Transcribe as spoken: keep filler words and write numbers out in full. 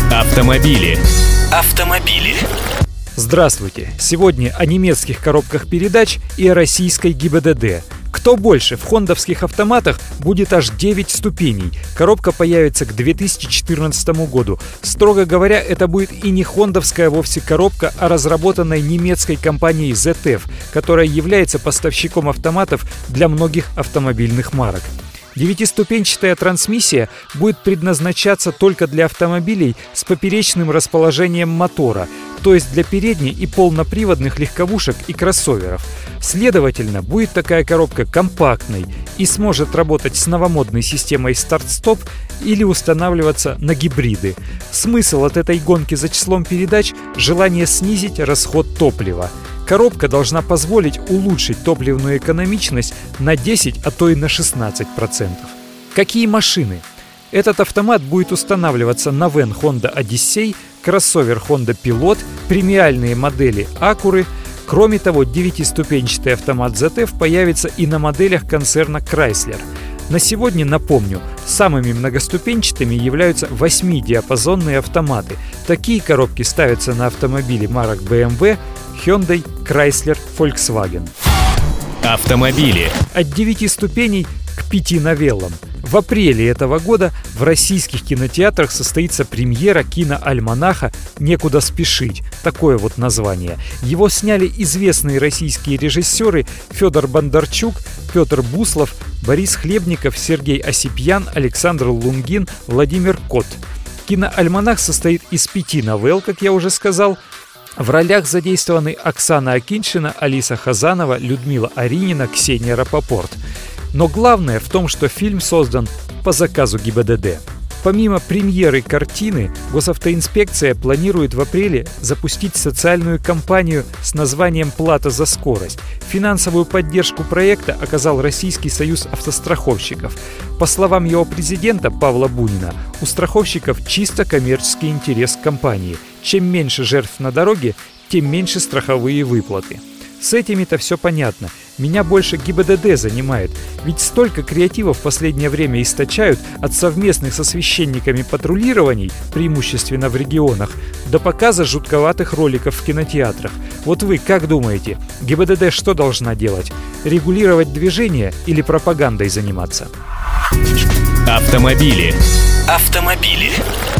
Автомобили. Автомобили. Здравствуйте! Сегодня о немецких коробках передач и о российской ГИБДД. Кто больше? В хондовских автоматах будет аж девять ступеней. Коробка появится к две тысячи четырнадцатому году. Строго говоря, это будет и не хондовская вовсе коробка, а разработанная немецкой компанией зет эф, которая является поставщиком автоматов для многих автомобильных марок. Девятиступенчатая трансмиссия будет предназначаться только для автомобилей с поперечным расположением мотора, то есть для передне- и полноприводных легковушек и кроссоверов. Следовательно, будет такая коробка компактной и сможет работать с новомодной системой старт-стоп или устанавливаться на гибриды. Смысл от этой гонки за числом передач – желание снизить расход топлива. Коробка должна позволить улучшить топливную экономичность на десять, а то и на шестнадцать процентов. Какие машины? Этот автомат будет устанавливаться на вэн Honda Odyssey, кроссовер Honda Pilot, премиальные модели Acura. Кроме того, девятиступенчатый автомат зет эф появится и на моделях концерна Chrysler. На сегодня, напомню, самыми многоступенчатыми являются восьмидиапазонные автоматы. Такие коробки ставятся на автомобили марок бэ эм вэ, Hyundai, Chrysler, Volkswagen. Автомобили. От девяти ступеней к пяти новеллам. В апреле этого года в российских кинотеатрах состоится премьера киноальманаха «Некуда спешить». Такое вот название. Его сняли известные российские режиссеры Федор Бондарчук, Петр Буслов, Борис Хлебников, Сергей Осипьян, Александр Лунгин, Владимир Кот. Киноальманах состоит из пяти новелл, как я уже сказал. В ролях задействованы Оксана Акиньшина, Алиса Хазанова, Людмила Аринина, Ксения Рапопорт. Но главное в том, что фильм создан по заказу ГИБДД. Помимо премьеры картины, госавтоинспекция планирует в апреле запустить социальную кампанию с названием «Плата за скорость». Финансовую поддержку проекта оказал Российский союз автостраховщиков. По словам его президента Павла Бунина, у страховщиков чисто коммерческий интерес к компании. Чем меньше жертв на дороге, тем меньше страховые выплаты. С этими-то все понятно. Меня больше ГИБДД занимает. Ведь столько креатива в последнее время источают от совместных со священниками патрулирований, преимущественно в регионах, до показа жутковатых роликов в кинотеатрах. Вот вы как думаете, ГИБДД что должна делать? Регулировать движение или пропагандой заниматься? Автомобили. Автомобили.